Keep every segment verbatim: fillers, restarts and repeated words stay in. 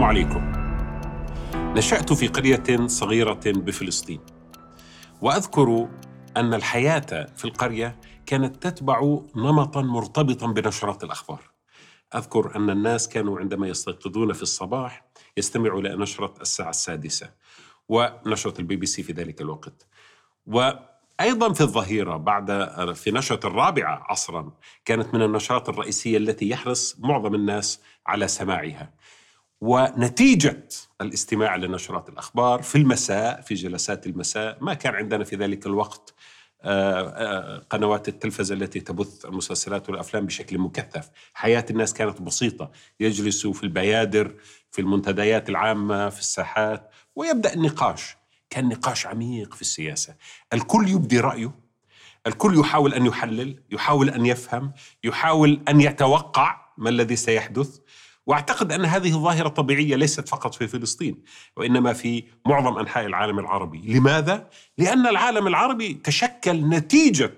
السلام عليكم. نشأت في قرية صغيرة بفلسطين، وأذكر أن الحياة في القرية كانت تتبع نمطاً مرتبطاً بنشرات الأخبار. أذكر أن الناس كانوا عندما يستيقظون في الصباح يستمعوا إلى نشرة الساعة السادسة ونشرة البي بي سي في ذلك الوقت، وأيضاً في الظهيرة بعد في نشرة الرابعة عصراً كانت من النشرات الرئيسية التي يحرص معظم الناس على سماعها. ونتيجة الاستماع لنشرات الأخبار في المساء في جلسات المساء، ما كان عندنا في ذلك الوقت قنوات التلفزة التي تبث المسلسلات والأفلام بشكل مكثف. حياة الناس كانت بسيطة، يجلسوا في البيادر في المنتديات العامة في الساحات ويبدأ النقاش. كان نقاش عميق في السياسة، الكل يبدي رأيه، الكل يحاول أن يحلل، يحاول أن يفهم، يحاول أن يتوقع ما الذي سيحدث. وأعتقد أن هذه ظاهرة طبيعية ليست فقط في فلسطين وإنما في معظم أنحاء العالم العربي. لماذا؟ لأن العالم العربي تشكل نتيجة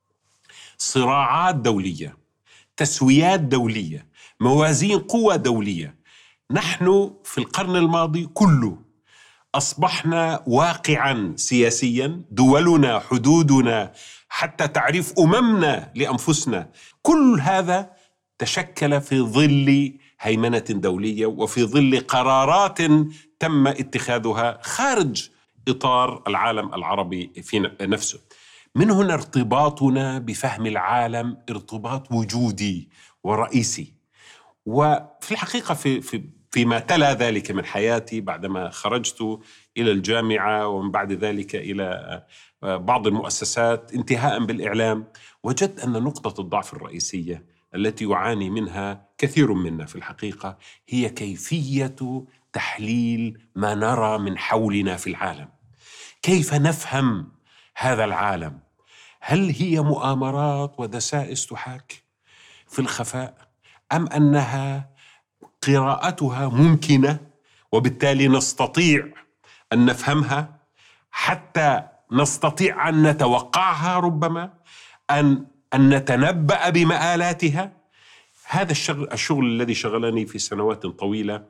صراعات دولية، تسويات دولية، موازين قوى دولية. نحن في القرن الماضي كله أصبحنا واقعاً سياسياً، دولنا، حدودنا، حتى تعريف أممنا لأنفسنا، كل هذا تشكل في ظل هيمنة دولية وفي ظل قرارات تم اتخاذها خارج إطار العالم العربي في نفسه. من هنا ارتباطنا بفهم العالم ارتباط وجودي ورئيسي. وفي الحقيقة في في فيما تلا ذلك من حياتي بعدما خرجت إلى الجامعة ومن بعد ذلك إلى بعض المؤسسات انتهاء بالإعلام، وجدت أن نقطة الضعف الرئيسية التي يعاني منها كثير منا في الحقيقة هي كيفية تحليل ما نرى من حولنا في العالم. كيف نفهم هذا العالم؟ هل هي مؤامرات ودسائس تحاك في الخفاء، أم أنها قراءتها ممكنة وبالتالي نستطيع أن نفهمها حتى نستطيع أن نتوقعها، ربما أن أن نتنبأ بمآلاتها؟ هذا الشغل, الشغل الذي شغلني في سنوات طويلة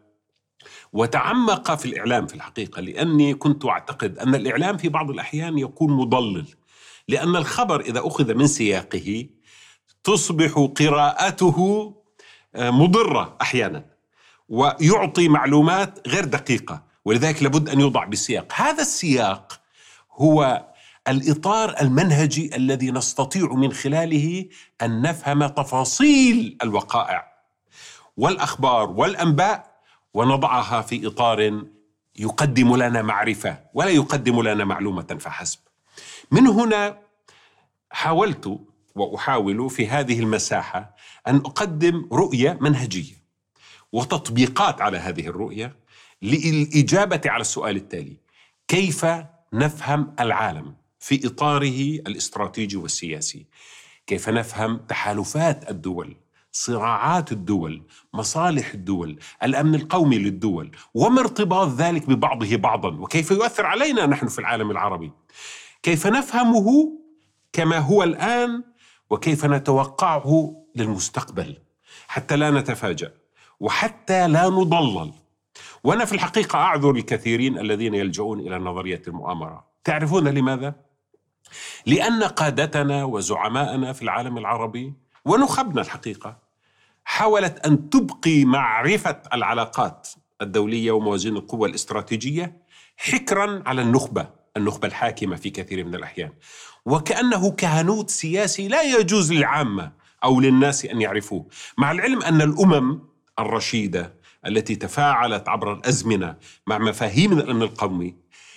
وتعمق في الإعلام في الحقيقة، لأني كنت أعتقد أن الإعلام في بعض الأحيان يكون مضلل، لأن الخبر إذا أخذ من سياقه تصبح قراءته مضرة أحيانا ويعطي معلومات غير دقيقة، ولذلك لابد أن يوضع بالسياق. هذا السياق هو الإطار المنهجي الذي نستطيع من خلاله أن نفهم تفاصيل الوقائع والأخبار والأنباء ونضعها في إطار يقدم لنا معرفة ولا يقدم لنا معلومة فحسب. من هنا حاولت وأحاول في هذه المساحة أن أقدم رؤية منهجية وتطبيقات على هذه الرؤية للإجابة على السؤال التالي: كيف نفهم العالم في إطاره الاستراتيجي والسياسي؟ كيف نفهم تحالفات الدول، صراعات الدول، مصالح الدول، الأمن القومي للدول، وما ارتباط ذلك ببعضه بعضا، وكيف يؤثر علينا نحن في العالم العربي؟ كيف نفهمه كما هو الآن وكيف نتوقعه للمستقبل حتى لا نتفاجأ وحتى لا نضلل. وأنا في الحقيقة أعذر الكثيرين الذين يلجؤون إلى نظرية المؤامرة. تعرفون لماذا؟ لأن قادتنا وزعماءنا في العالم العربي ونخبنا الحقيقة حاولت أن تبقي معرفة العلاقات الدولية وموازين القوى الاستراتيجية حكراً على النخبة النخبة الحاكمة في كثير من الأحيان، وكأنه كهنوت سياسي لا يجوز للعامة أو للناس أن يعرفوه، مع العلم أن الأمم الرشيدة التي تفاعلت عبر الأزمنة مع مفاهيم الأمن القومي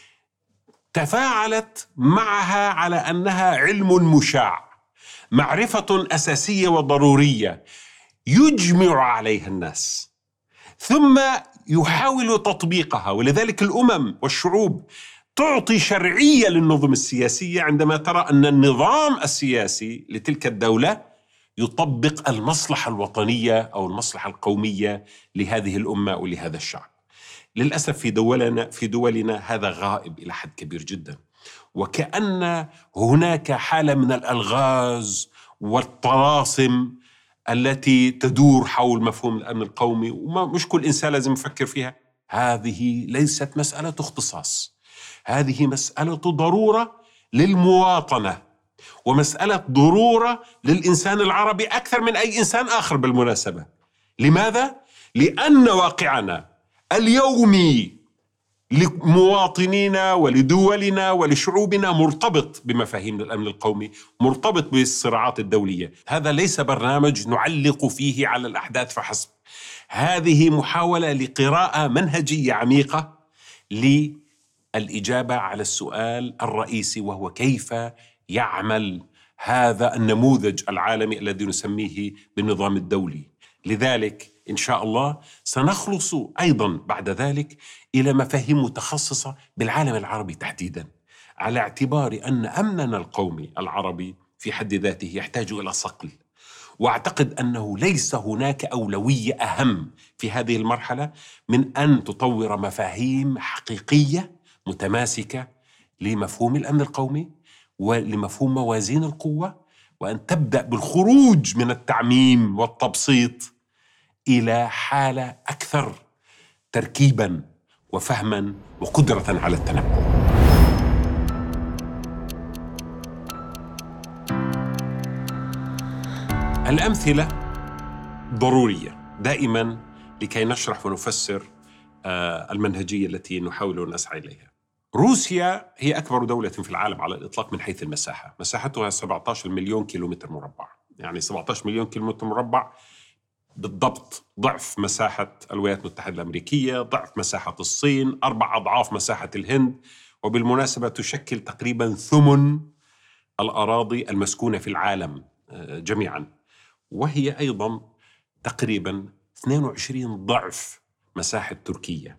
تفاعلت معها على أنها علم مشاع، معرفة أساسية وضرورية يجمع عليها الناس ثم يحاول تطبيقها. ولذلك الأمم والشعوب تعطي شرعية للنظم السياسية عندما ترى أن النظام السياسي لتلك الدولة يطبق المصلحة الوطنية أو المصلحة القومية لهذه الأمة ولهذا الشعب. للأسف في دولنا في دولنا هذا غائب إلى حد كبير جدا، وكأن هناك حالة من الألغاز والطلاسم التي تدور حول مفهوم الأمن القومي، ومش كل إنسان لازم يفكر فيها. هذه ليست مسألة اختصاص، هذه مسألة ضرورة للمواطنة، ومسألة ضرورة للإنسان العربي أكثر من أي إنسان آخر بالمناسبة. لماذا؟ لأن واقعنا اليومي لمواطنينا ولدولنا ولشعوبنا مرتبط بمفاهيم الأمن القومي، مرتبط بالصراعات الدولية. هذا ليس برنامج نعلق فيه على الأحداث فحسب، هذه محاولة لقراءة منهجية عميقة للإجابة على السؤال الرئيسي، وهو كيف يعمل هذا النموذج العالمي الذي نسميه بالنظام الدولي. لذلك إن شاء الله سنخلص أيضا بعد ذلك إلى مفاهيم متخصصة بالعالم العربي تحديدا، على اعتبار أن أمننا القومي العربي في حد ذاته يحتاج إلى صقل. وأعتقد أنه ليس هناك أولوية أهم في هذه المرحلة من أن تطور مفاهيم حقيقية متماسكة لمفهوم الأمن القومي ولمفهوم موازين القوة، وأن تبدأ بالخروج من التعميم والتبسيط إلى حالة أكثر تركيباً وفهماً وقدرة على التنبؤ. الأمثلة ضرورية دائماً لكي نشرح ونفسر المنهجية التي نحاول أن نسعى إليها. روسيا هي أكبر دولة في العالم على الإطلاق من حيث المساحة، مساحتها سبعة عشر مليون كيلومتر مربع، يعني سبعة عشر مليون كيلومتر مربع بالضبط ضعف مساحة الولايات المتحدة الأمريكية، ضعف مساحة الصين، أربع أضعاف مساحة الهند، وبالمناسبة تشكل تقريبا ثمن الأراضي المسكونة في العالم جميعا، وهي أيضا تقريبا اثنين وعشرين ضعف مساحة تركيا.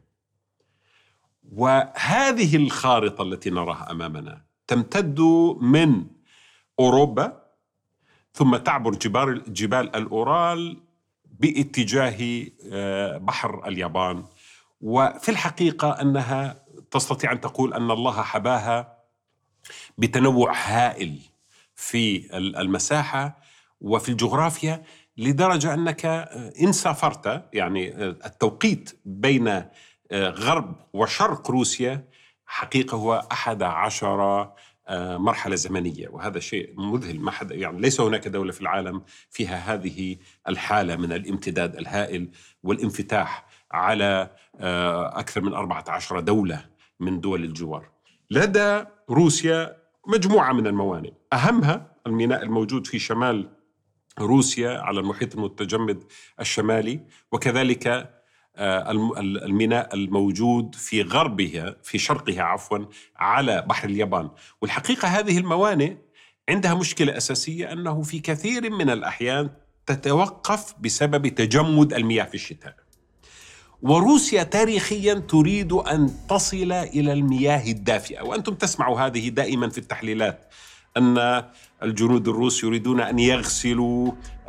وهذه الخارطة التي نراها أمامنا تمتد من أوروبا ثم تعبر جبال, جبال الأورال باتجاه بحر اليابان. وفي الحقيقة أنها تستطيع أن تقول أن الله حباها بتنوع هائل في المساحة وفي الجغرافيا، لدرجة أنك إن سافرت، يعني التوقيت بين غرب وشرق روسيا حقيقة هو أحد عشر مرحلة زمنية، وهذا شيء مذهل. ما حد يعني ليس هناك دولة في العالم فيها هذه الحالة من الامتداد الهائل والانفتاح على أكثر من أربعة عشر دولة من دول الجوار. لدى روسيا مجموعة من الموانئ، أهمها الميناء الموجود في شمال روسيا على المحيط المتجمد الشمالي، وكذلك الميناء الموجود في غربها في شرقها عفوا على بحر اليابان. والحقيقة هذه الموانئ عندها مشكلة أساسية، أنه في كثير من الأحيان تتوقف بسبب تجمد المياه في الشتاء، وروسيا تاريخيا تريد أن تصل إلى المياه الدافئة. وأنتم تسمعوا هذه دائما في التحليلات، أن الجنود الروس يريدون أن يغسلوا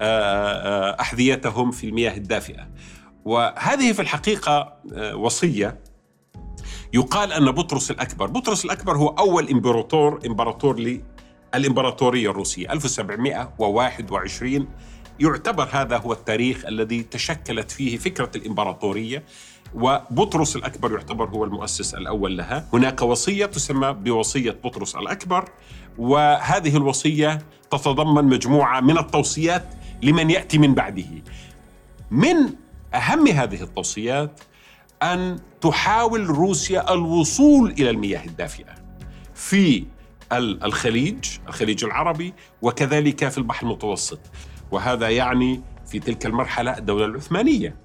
أحذيتهم في المياه الدافئة. وهذه في الحقيقة وصية. يقال أن بطرس الأكبر بطرس الأكبر هو أول إمبراطور إمبراطور للإمبراطورية الروسية ألف وسبعمائة وواحد وعشرين. يعتبر هذا هو التاريخ الذي تشكلت فيه فكرة الإمبراطورية، وبطرس الأكبر يعتبر هو المؤسس الأول لها. هناك وصية تسمى بوصية بطرس الأكبر، وهذه الوصية تتضمن مجموعة من التوصيات لمن يأتي من بعده. من أهم هذه التوصيات أن تحاول روسيا الوصول إلى المياه الدافئة في الخليج الخليج العربي، وكذلك في البحر المتوسط، وهذا يعني في تلك المرحلة الدولة العثمانية.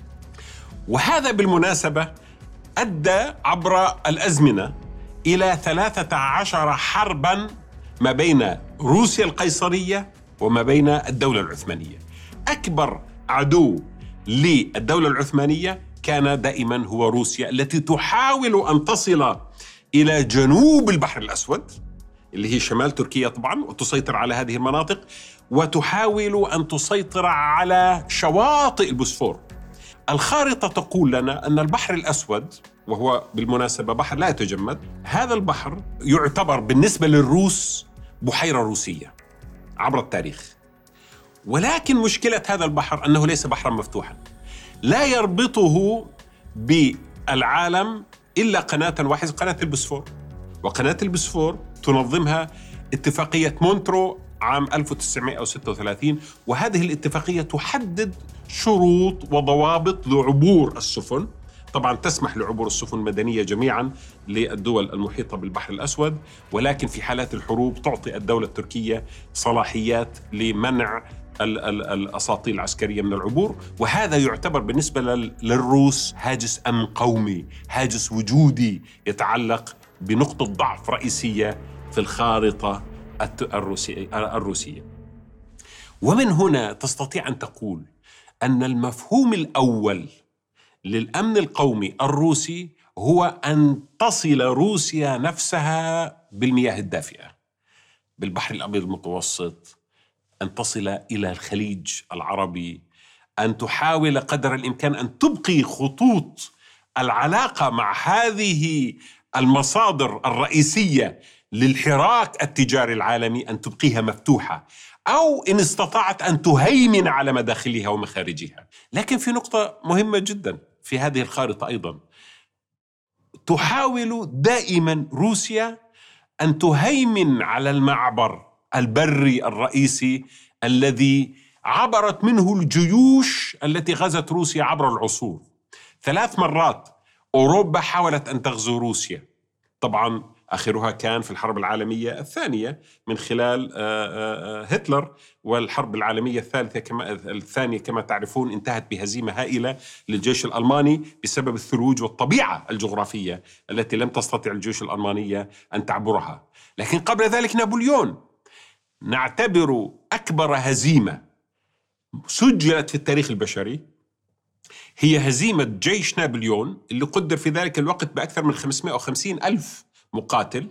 وهذا بالمناسبة أدى عبر الأزمنة إلى ثلاثة عشر حرباً ما بين روسيا القيصرية وما بين الدولة العثمانية. أكبر عدو للدولة العثمانية كان دائما هو روسيا، التي تحاول أن تصل إلى جنوب البحر الأسود اللي هي شمال تركيا طبعا، وتسيطر على هذه المناطق، وتحاول أن تسيطر على شواطئ البوسفور. الخارطة تقول لنا أن البحر الأسود، وهو بالمناسبة بحر لا يتجمد، هذا البحر يعتبر بالنسبة للروس بحيرة روسية عبر التاريخ. ولكن مشكلة هذا البحر أنه ليس بحرا مفتوحا، لا يربطه العالم إلا قناة واحدة، قناة البوسفور. وقناة البوسفور تنظمها اتفاقية مونترو عام ألف وتسعمائة وستة وثلاثين، وهذه الاتفاقية تحدد شروط وضوابط لعبور السفن. طبعا تسمح لعبور السفن المدنية جميعا للدول المحيطة بالبحر الأسود، ولكن في حالات الحروب تعطي الدولة التركية صلاحيات لمنع الأساطيل العسكرية من العبور. وهذا يعتبر بالنسبة للروس هاجس أمن قومي، هاجس وجودي يتعلق بنقطة ضعف رئيسية في الخارطة الروسية. ومن هنا تستطيع أن تقول أن المفهوم الأول للأمن القومي الروسي هو أن تصل روسيا نفسها بالمياه الدافئة بالبحر الأبيض المتوسط، أن تصل إلى الخليج العربي، أن تحاول قدر الإمكان أن تبقي خطوط العلاقة مع هذه المصادر الرئيسية للحراك التجاري العالمي، أن تبقيها مفتوحة، أو إن استطاعت أن تهيمن على مداخلها ومخارجها. لكن في نقطة مهمة جدا في هذه الخارطة أيضا، تحاول دائما روسيا أن تهيمن على المعبر البري الرئيسي الذي عبرت منه الجيوش التي غزت روسيا عبر العصور. ثلاث مرات أوروبا حاولت أن تغزو روسيا، طبعا آخرها كان في الحرب العالمية الثانية من خلال هتلر، والحرب العالمية الثالثة كما الثانية كما تعرفون انتهت بهزيمة هائلة للجيش الألماني بسبب الثلوج والطبيعة الجغرافية التي لم تستطع الجيوش الألمانية أن تعبرها. لكن قبل ذلك نابليون نعتبر أكبر هزيمة سجلت في التاريخ البشري هي هزيمة جيش نابليون اللي قدر في ذلك الوقت بأكثر من خمسمائة وخمسين ألف مقاتل،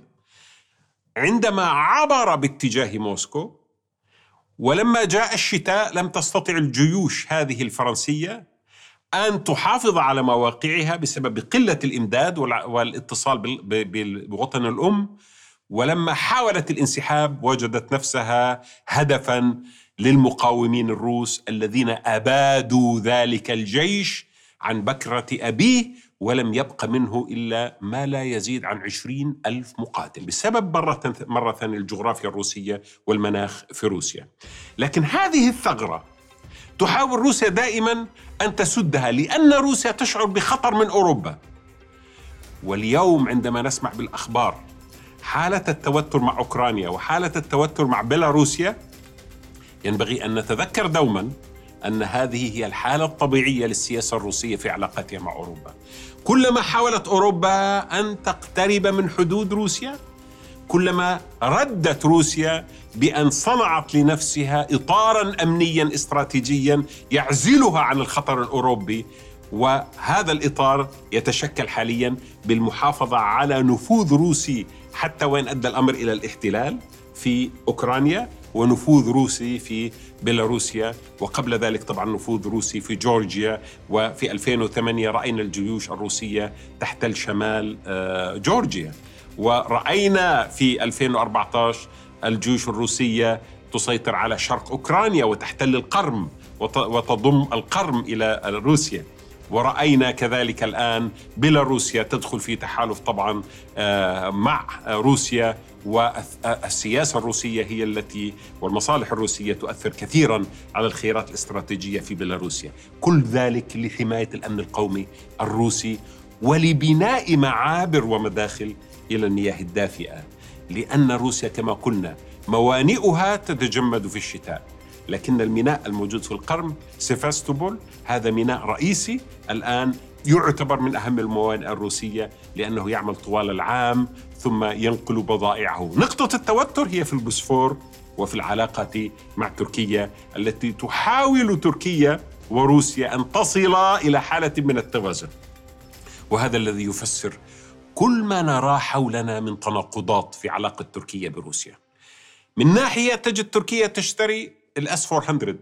عندما عبر باتجاه موسكو. ولما جاء الشتاء لم تستطع الجيوش هذه الفرنسية أن تحافظ على مواقعها بسبب قلة الإمداد والاتصال بالوطن الأم، ولما حاولت الانسحاب وجدت نفسها هدفاً للمقاومين الروس الذين أبادوا ذلك الجيش عن بكرة أبيه، ولم يبق منه إلا ما لا يزيد عن عشرين ألف مقاتل بسبب مرة, مرة ثانية الجغرافيا الروسية والمناخ في روسيا. لكن هذه الثغرة تحاول روسيا دائما أن تسدها، لأن روسيا تشعر بخطر من أوروبا. واليوم عندما نسمع بالأخبار حالة التوتر مع أوكرانيا وحالة التوتر مع بيلاروسيا، ينبغي أن نتذكر دوما أن هذه هي الحالة الطبيعية للسياسة الروسية في علاقتها مع أوروبا. كلما حاولت أوروبا أن تقترب من حدود روسيا، كلما ردت روسيا بأن صنعت لنفسها إطاراً أمنياً استراتيجياً يعزلها عن الخطر الأوروبي. وهذا الإطار يتشكل حالياً بالمحافظة على نفوذ روسي حتى وإن أدى الأمر إلى الاحتلال في أوكرانيا، ونفوذ روسي في بيلاروسيا، وقبل ذلك طبعا نفوذ روسي في جورجيا. وفي ألفين وثمانية رأينا الجيوش الروسية تحتل شمال جورجيا، ورأينا في ألفين وأربعة عشر الجيوش الروسية تسيطر على شرق أوكرانيا وتحتل القرم وتضم القرم إلى روسيا. ورأينا كذلك الآن بيلاروسيا تدخل في تحالف طبعا مع روسيا، والسياسة الروسية هي التي والمصالح الروسية تؤثر كثيرا على الخيارات الاستراتيجية في بيلاروسيا. كل ذلك لحماية الأمن القومي الروسي ولبناء معابر ومداخل إلى المياه الدافئة، لأن روسيا كما قلنا موانئها تتجمد في الشتاء، لكن الميناء الموجود في القرم سيفاستوبول هذا ميناء رئيسي الآن يعتبر من أهم الموانئ الروسية، لأنه يعمل طوال العام ثم ينقل بضائعه. نقطة التوتر هي في البوسفور وفي العلاقة مع تركيا، التي تحاول تركيا وروسيا أن تصلا إلى حالة من التوازن. وهذا الذي يفسر كل ما نراه حولنا من تناقضات في علاقة تركيا بروسيا. من ناحية تجد تركيا تشتري الأس أربعمائة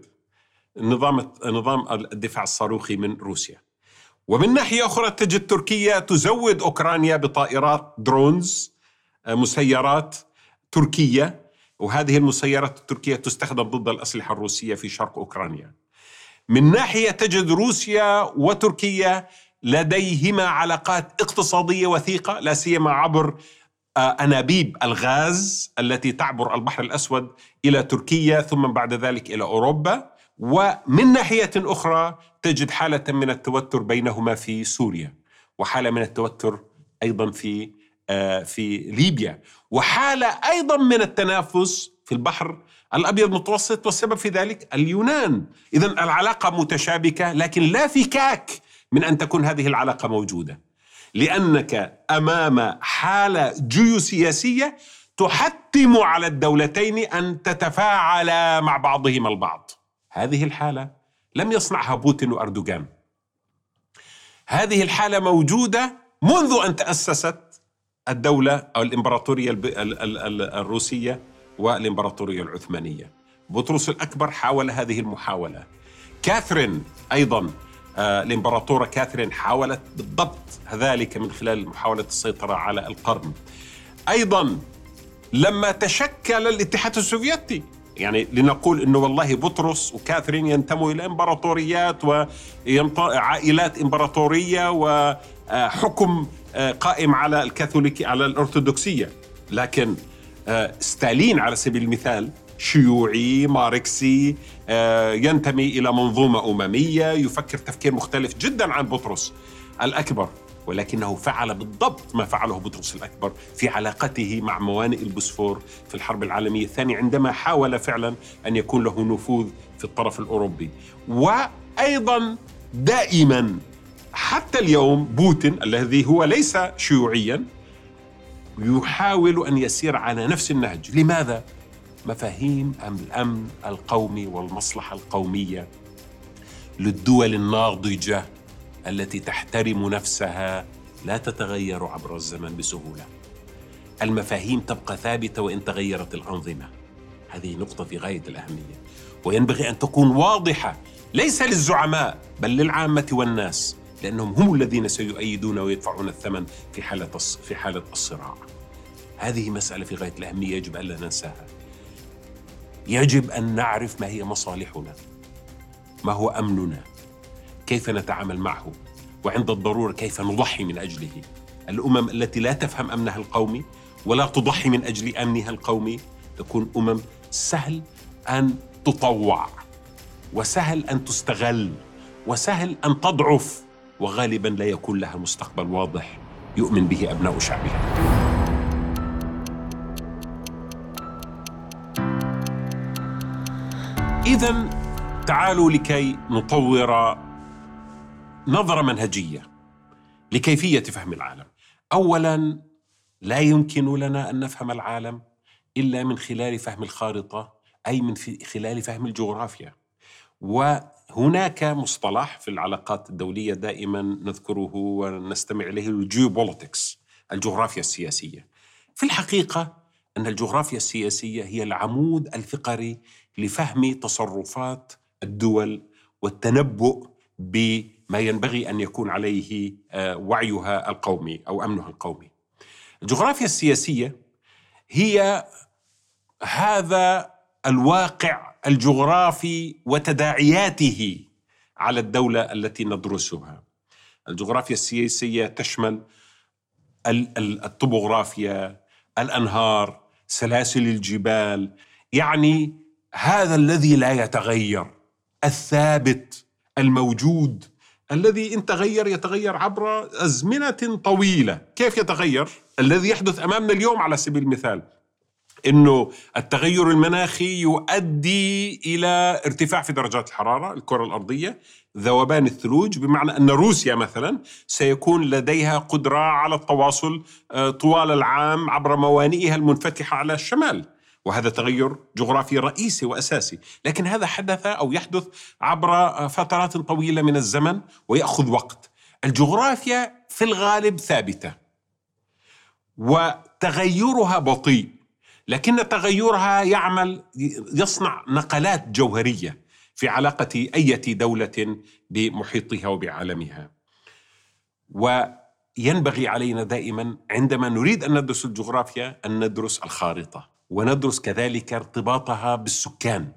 نظام نظام الدفاع الصاروخي من روسيا، ومن ناحية أخرى تجد تركيا تزود أوكرانيا بطائرات درونز مسيرات تركية، وهذه المسيرات التركية تستخدم ضد الأسلحة الروسية في شرق أوكرانيا. من ناحية تجد روسيا وتركيا لديهما علاقات اقتصادية وثيقة، لا سيما عبر أنابيب الغاز التي تعبر البحر الأسود إلى تركيا ثم بعد ذلك إلى أوروبا. ومن ناحية أخرى تجد حالة من التوتر بينهما في سوريا، وحالة من التوتر أيضا في في ليبيا، وحالة أيضا من التنافس في البحر الأبيض المتوسط، والسبب في ذلك اليونان. إذن العلاقة متشابكة، لكن لا فكاك من أن تكون هذه العلاقة موجودة، لأنك أمام حالة جيوسياسية تحتم على الدولتين أن تتفاعلا مع بعضهما البعض. هذه الحالة لم يصنعها بوتين وأردوغان، هذه الحالة موجودة منذ أن تأسست الدولة أو الإمبراطورية الروسية والإمبراطورية العثمانية. بطرس الأكبر حاول هذه المحاولة، كاثرين أيضاً آه الإمبراطورة كاثرين حاولت بالضبط ذلك من خلال محاولة السيطرة على القرم. أيضاً لما تشكل الاتحاد السوفيتي، يعني لنقول إنه والله بطرس وكاثرين ينتموا إلى إمبراطوريات وعائلات إمبراطورية وحكم قائم على الكاثوليكي على الأرثوذكسية، لكن ستالين على سبيل المثال شيوعي ماركسي، ينتمي إلى منظومة أممية، يفكر تفكير مختلف جدا عن بطرس الأكبر، ولكنه فعل بالضبط ما فعله بطرس الأكبر في علاقته مع موانئ البوسفور في الحرب العالمية الثانية، عندما حاول فعلا أن يكون له نفوذ في الطرف الأوروبي. وأيضا دائما حتى اليوم بوتين الذي هو ليس شيوعيا يحاول أن يسير على نفس النهج. لماذا؟ مفاهيم الأمن القومي والمصلحة القومية للدول الناضجة التي تحترم نفسها لا تتغير عبر الزمن بسهولة. المفاهيم تبقى ثابتة وإن تغيرت الأنظمة. هذه نقطة في غاية الأهمية، وينبغي أن تكون واضحة ليس للزعماء بل للعامة والناس، لأنهم هم الذين سيؤيدون ويدفعون الثمن في حالة في حالة الصراع. هذه مسألة في غاية الأهمية يجب أن لا ننساها. يجب أن نعرف ما هي مصالحنا، ما هو أمننا، كيف نتعامل معه، وعند الضرورة كيف نضحي من أجله. الأمم التي لا تفهم أمنها القومي ولا تضحي من أجل أمنها القومي تكون أمم سهل أن تطوع، وسهل أن تستغل، وسهل أن تضعف، وغالباً لا يكون لها مستقبل واضح يؤمن به أبناء شعبها. إذن تعالوا لكي نطور نظرة منهجية لكيفية فهم العالم. أولاً، لا يمكن لنا أن نفهم العالم إلا من خلال فهم الخارطة، أي من خلال فهم الجغرافيا. وهناك مصطلح في العلاقات الدولية دائماً نذكره ونستمع إليه، الجيوبوليتكس، الجغرافيا السياسية. في الحقيقة أن الجغرافيا السياسية هي العمود الفقري لفهم تصرفات الدول والتنبؤ بما ينبغي أن يكون عليه وعيها القومي أو أمنها القومي. الجغرافيا السياسية هي هذا الواقع الجغرافي وتداعياته على الدولة التي ندرسها. الجغرافيا السياسية تشمل الطبوغرافيا، الأنهار، سلاسل الجبال، يعني هذا الذي لا يتغير، الثابت الموجود، الذي إن تغير يتغير عبر أزمنة طويلة. كيف يتغير؟ الذي يحدث أمامنا اليوم على سبيل المثال إنه التغير المناخي يؤدي إلى ارتفاع في درجات الحرارة الكرة الأرضية، ذوبان الثلوج، بمعنى أن روسيا مثلا سيكون لديها قدرة على التواصل طوال العام عبر موانئها المنفتحة على الشمال، وهذا تغير جغرافي رئيسي وأساسي. لكن هذا حدث أو يحدث عبر فترات طويلة من الزمن ويأخذ وقت. الجغرافيا في الغالب ثابتة وتغيرها بطيء، لكن تغيرها يعمل يصنع نقلات جوهرية في علاقة أي دولة بمحيطها وبعالمها. وينبغي علينا دائما عندما نريد أن ندرس الجغرافيا أن ندرس الخارطة، وندرس كذلك ارتباطها بالسكان.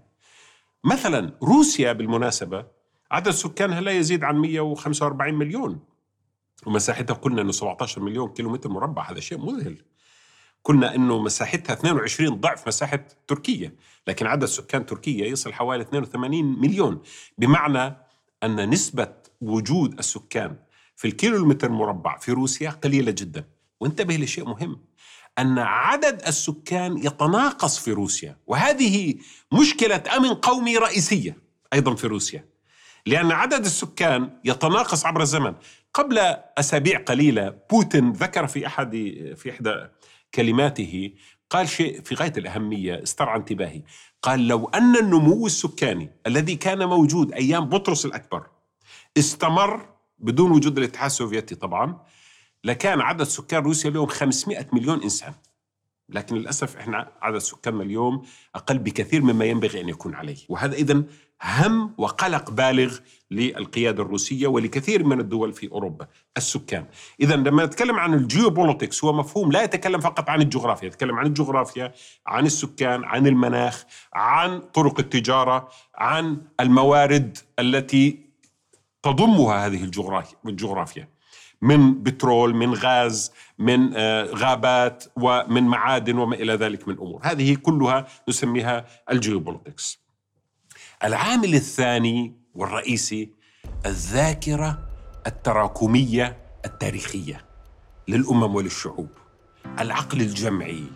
مثلا روسيا بالمناسبة عدد سكانها لا يزيد عن مئة وخمسة وأربعين مليون، ومساحتها قلنا أنه سبعة عشر مليون كيلومتر مربع، هذا شيء مذهل. قلنا أنه مساحتها اثنين وعشرين ضعف مساحة تركيا، لكن عدد سكان تركيا يصل حوالي اثنين وثمانين مليون، بمعنى أن نسبة وجود السكان في الكيلومتر مربع في روسيا قليلة جدا. وانتبه لشيء مهم، أن عدد السكان يتناقص في روسيا، وهذه مشكلة أمن قومي رئيسية أيضا في روسيا، لأن عدد السكان يتناقص عبر الزمن. قبل أسابيع قليلة بوتين ذكر في أحد في إحدى كلماته، قال شيء في غاية الأهمية استرعى انتباهي. قال: لو أن النمو السكاني الذي كان موجود أيام بطرس الأكبر استمر بدون وجود الاتحاد السوفيتي طبعا، لكان عدد سكان روسيا اليوم خمسمائة مليون إنسان. لكن للأسف إحنا عدد سكاننا اليوم أقل بكثير مما ينبغي أن يكون عليه، وهذا إذن هم وقلق بالغ للقيادة الروسية ولكثير من الدول في أوروبا، السكان. إذن لما نتكلم عن الجيوبوليتكس هو مفهوم لا يتكلم فقط عن الجغرافيا، يتكلم عن الجغرافيا، عن السكان، عن المناخ، عن طرق التجارة، عن الموارد التي تضمها هذه الجغرافيا من بترول، من غاز، من غابات، ومن معادن وما إلى ذلك من أمور. هذه كلها نسميها الجيوبوليتكس. العامل الثاني والرئيسي الذاكرة التراكمية التاريخية للأمم وللشعوب، العقل الجمعي،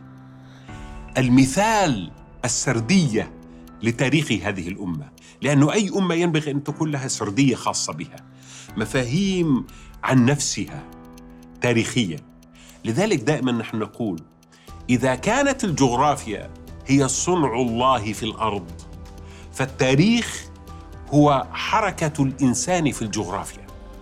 المثال السردية لتاريخ هذه الأمة، لأنه أي أمة ينبغي أن تكون لها سردية خاصة بها، مفاهيم عن نفسها تاريخية. لذلك دائما نحن نقول: إذا كانت الجغرافيا هي صنع الله في الأرض، فالتاريخ هو حركة الإنسان في الجغرافيا.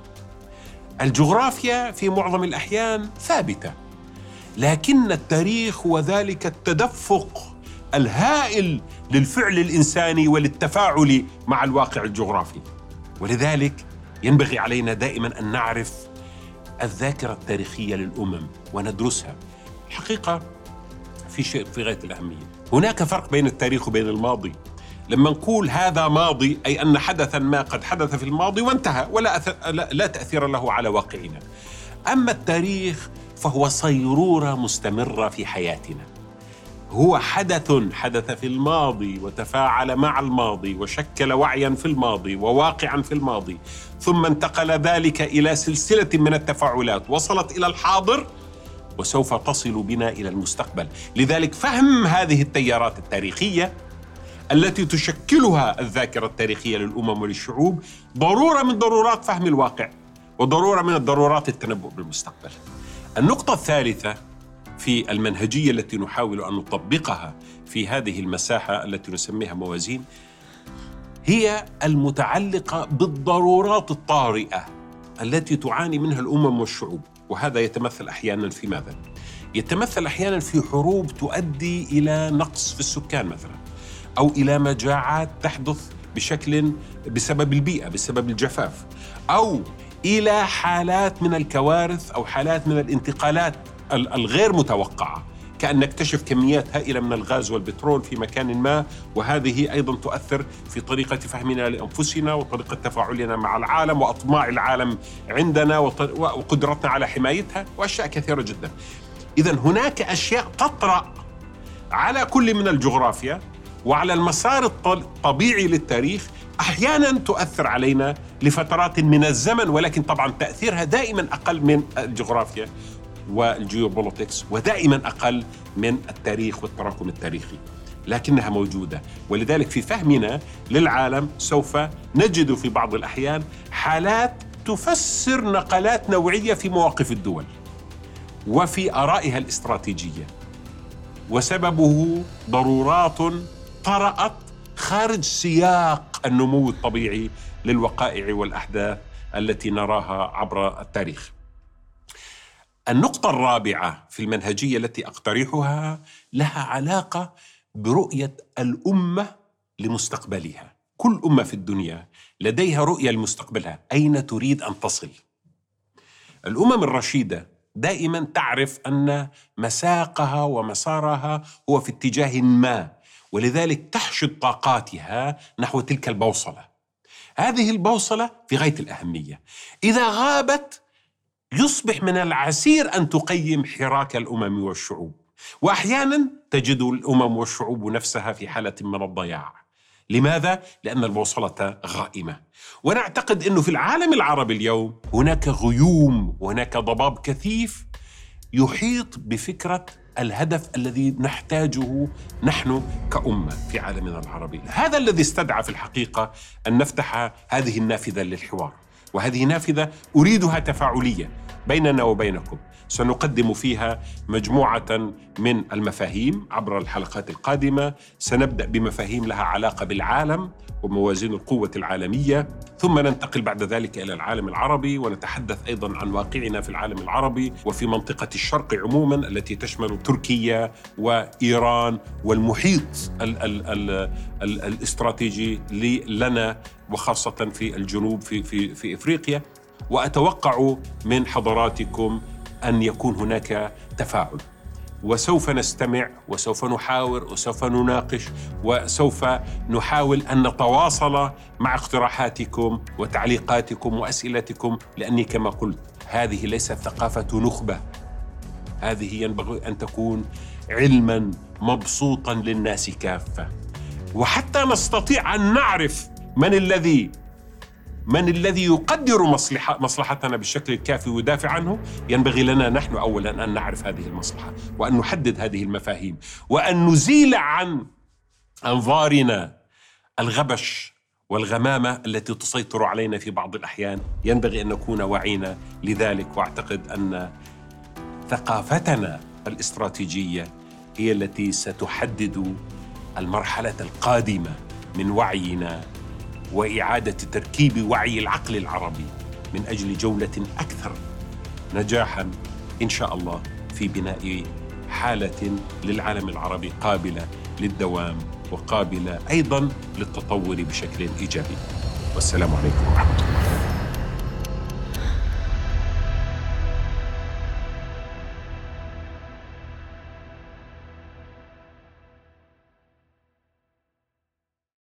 الجغرافيا في معظم الأحيان ثابتة، لكن التاريخ هو ذلك التدفق الهائل للفعل الإنساني وللتفاعل مع الواقع الجغرافي. ولذلك ينبغي علينا دائما أن نعرف الذاكرة التاريخية للأمم وندرسها. الحقيقة في شيء في غاية الأهمية، هناك فرق بين التاريخ وبين الماضي. لما نقول هذا ماضي أي أن حدثا ما قد حدث في الماضي وانتهى ولا أثر لا, لا تأثير له على واقعنا. أما التاريخ فهو صيرورة مستمرة في حياتنا، هو حدث حدث في الماضي وتفاعل مع الماضي وشكل وعيا في الماضي وواقعا في الماضي، ثم انتقل ذلك إلى سلسلة من التفاعلات وصلت إلى الحاضر وسوف تصل بنا إلى المستقبل. لذلك فهم هذه التيارات التاريخية التي تشكلها الذاكرة التاريخية للأمم وللشعوب ضرورة من ضرورات فهم الواقع، وضرورة من الضرورات التنبؤ بالمستقبل. النقطة الثالثة في المنهجية التي نحاول أن نطبقها في هذه المساحة التي نسميها موازين هي المتعلقة بالضرورات الطارئة التي تعاني منها الأمم والشعوب. وهذا يتمثل أحيانا في ماذا؟ يتمثل أحيانا في حروب تؤدي إلى نقص في السكان مثلا، أو إلى مجاعات تحدث بشكل بسبب البيئة، بسبب الجفاف، أو إلى حالات من الكوارث أو حالات من الانتقالات الغير متوقعة، كأن نكتشف كميات هائلة من الغاز والبترول في مكان ما، وهذه أيضا تؤثر في طريقة فهمنا لأنفسنا وطريقة تفاعلنا مع العالم وأطماع العالم عندنا وقدرتنا على حمايتها وأشياء كثيرة جدا. إذن هناك أشياء تطرأ على كل من الجغرافيا وعلى المسار الطبيعي للتاريخ، أحيانا تؤثر علينا لفترات من الزمن، ولكن طبعا تأثيرها دائما أقل من الجغرافيا والجيوبوليتكس، ودائما أقل من التاريخ والتراكم التاريخي، لكنها موجودة. ولذلك في فهمنا للعالم سوف نجد في بعض الأحيان حالات تفسر نقلات نوعية في مواقف الدول وفي آرائها الاستراتيجية، وسببه ضرورات طرأت خارج سياق النمو الطبيعي للوقائع والأحداث التي نراها عبر التاريخ. النقطة الرابعة في المنهجية التي أقترحها لها علاقة برؤية الأمة لمستقبلها. كل أمة في الدنيا لديها رؤية لمستقبلها، أين تريد أن تصل. الأمم الرشيدة دائما تعرف أن مساقها ومسارها هو في اتجاه ما، ولذلك تحشد طاقاتها نحو تلك البوصلة. هذه البوصلة في غاية الأهمية، إذا غابت يصبح من العسير أن تقيم حراك الأمم والشعوب، وأحيانا تجد الأمم والشعوب نفسها في حالة من الضياع. لماذا؟ لأن البوصلة غائمة. ونعتقد أنه في العالم العربي اليوم هناك غيوم وهناك ضباب كثيف يحيط بفكرة الهدف الذي نحتاجه نحن كأمة في عالمنا العربي. هذا الذي استدعى في الحقيقة أن نفتح هذه النافذة للحوار، وهذه نافذة أريدها تفاعلية بيننا وبينكم. سنقدم فيها مجموعة من المفاهيم عبر الحلقات القادمة. سنبدأ بمفاهيم لها علاقة بالعالم وموازين القوة العالمية، ثم ننتقل بعد ذلك إلى العالم العربي، ونتحدث أيضاً عن واقعنا في العالم العربي وفي منطقة الشرق عموماً التي تشمل تركيا وإيران والمحيط ال ال ال ال الاستراتيجي لنا، وخاصة في الجنوب في, في, في إفريقيا. وأتوقع من حضراتكم أن يكون هناك تفاعل، وسوف نستمع وسوف نحاور وسوف نناقش وسوف نحاول أن نتواصل مع اقتراحاتكم وتعليقاتكم وأسئلتكم، لأني كما قلت هذه ليست ثقافة نخبة، هذه ينبغي أن تكون علما مبسوطا للناس كافة، وحتى نستطيع أن نعرف من الذي من الذي يقدر مصلحة مصلحتنا بالشكل الكافي ويدافع عنه. ينبغي لنا نحن أولا أن نعرف هذه المصلحة، وأن نحدد هذه المفاهيم، وأن نزيل عن أنظارنا الغبش والغمامة التي تسيطر علينا في بعض الأحيان. ينبغي أن نكون واعين لذلك، وأعتقد أن ثقافتنا الاستراتيجية هي التي ستحدد المرحلة القادمة من وعينا وإعادة تركيب وعي العقل العربي من أجل جولة أكثر نجاحاً إن شاء الله في بناء حالة للعالم العربي قابلة للدوام وقابلة أيضاً للتطور بشكل إيجابي. والسلام عليكم ورحمة الله.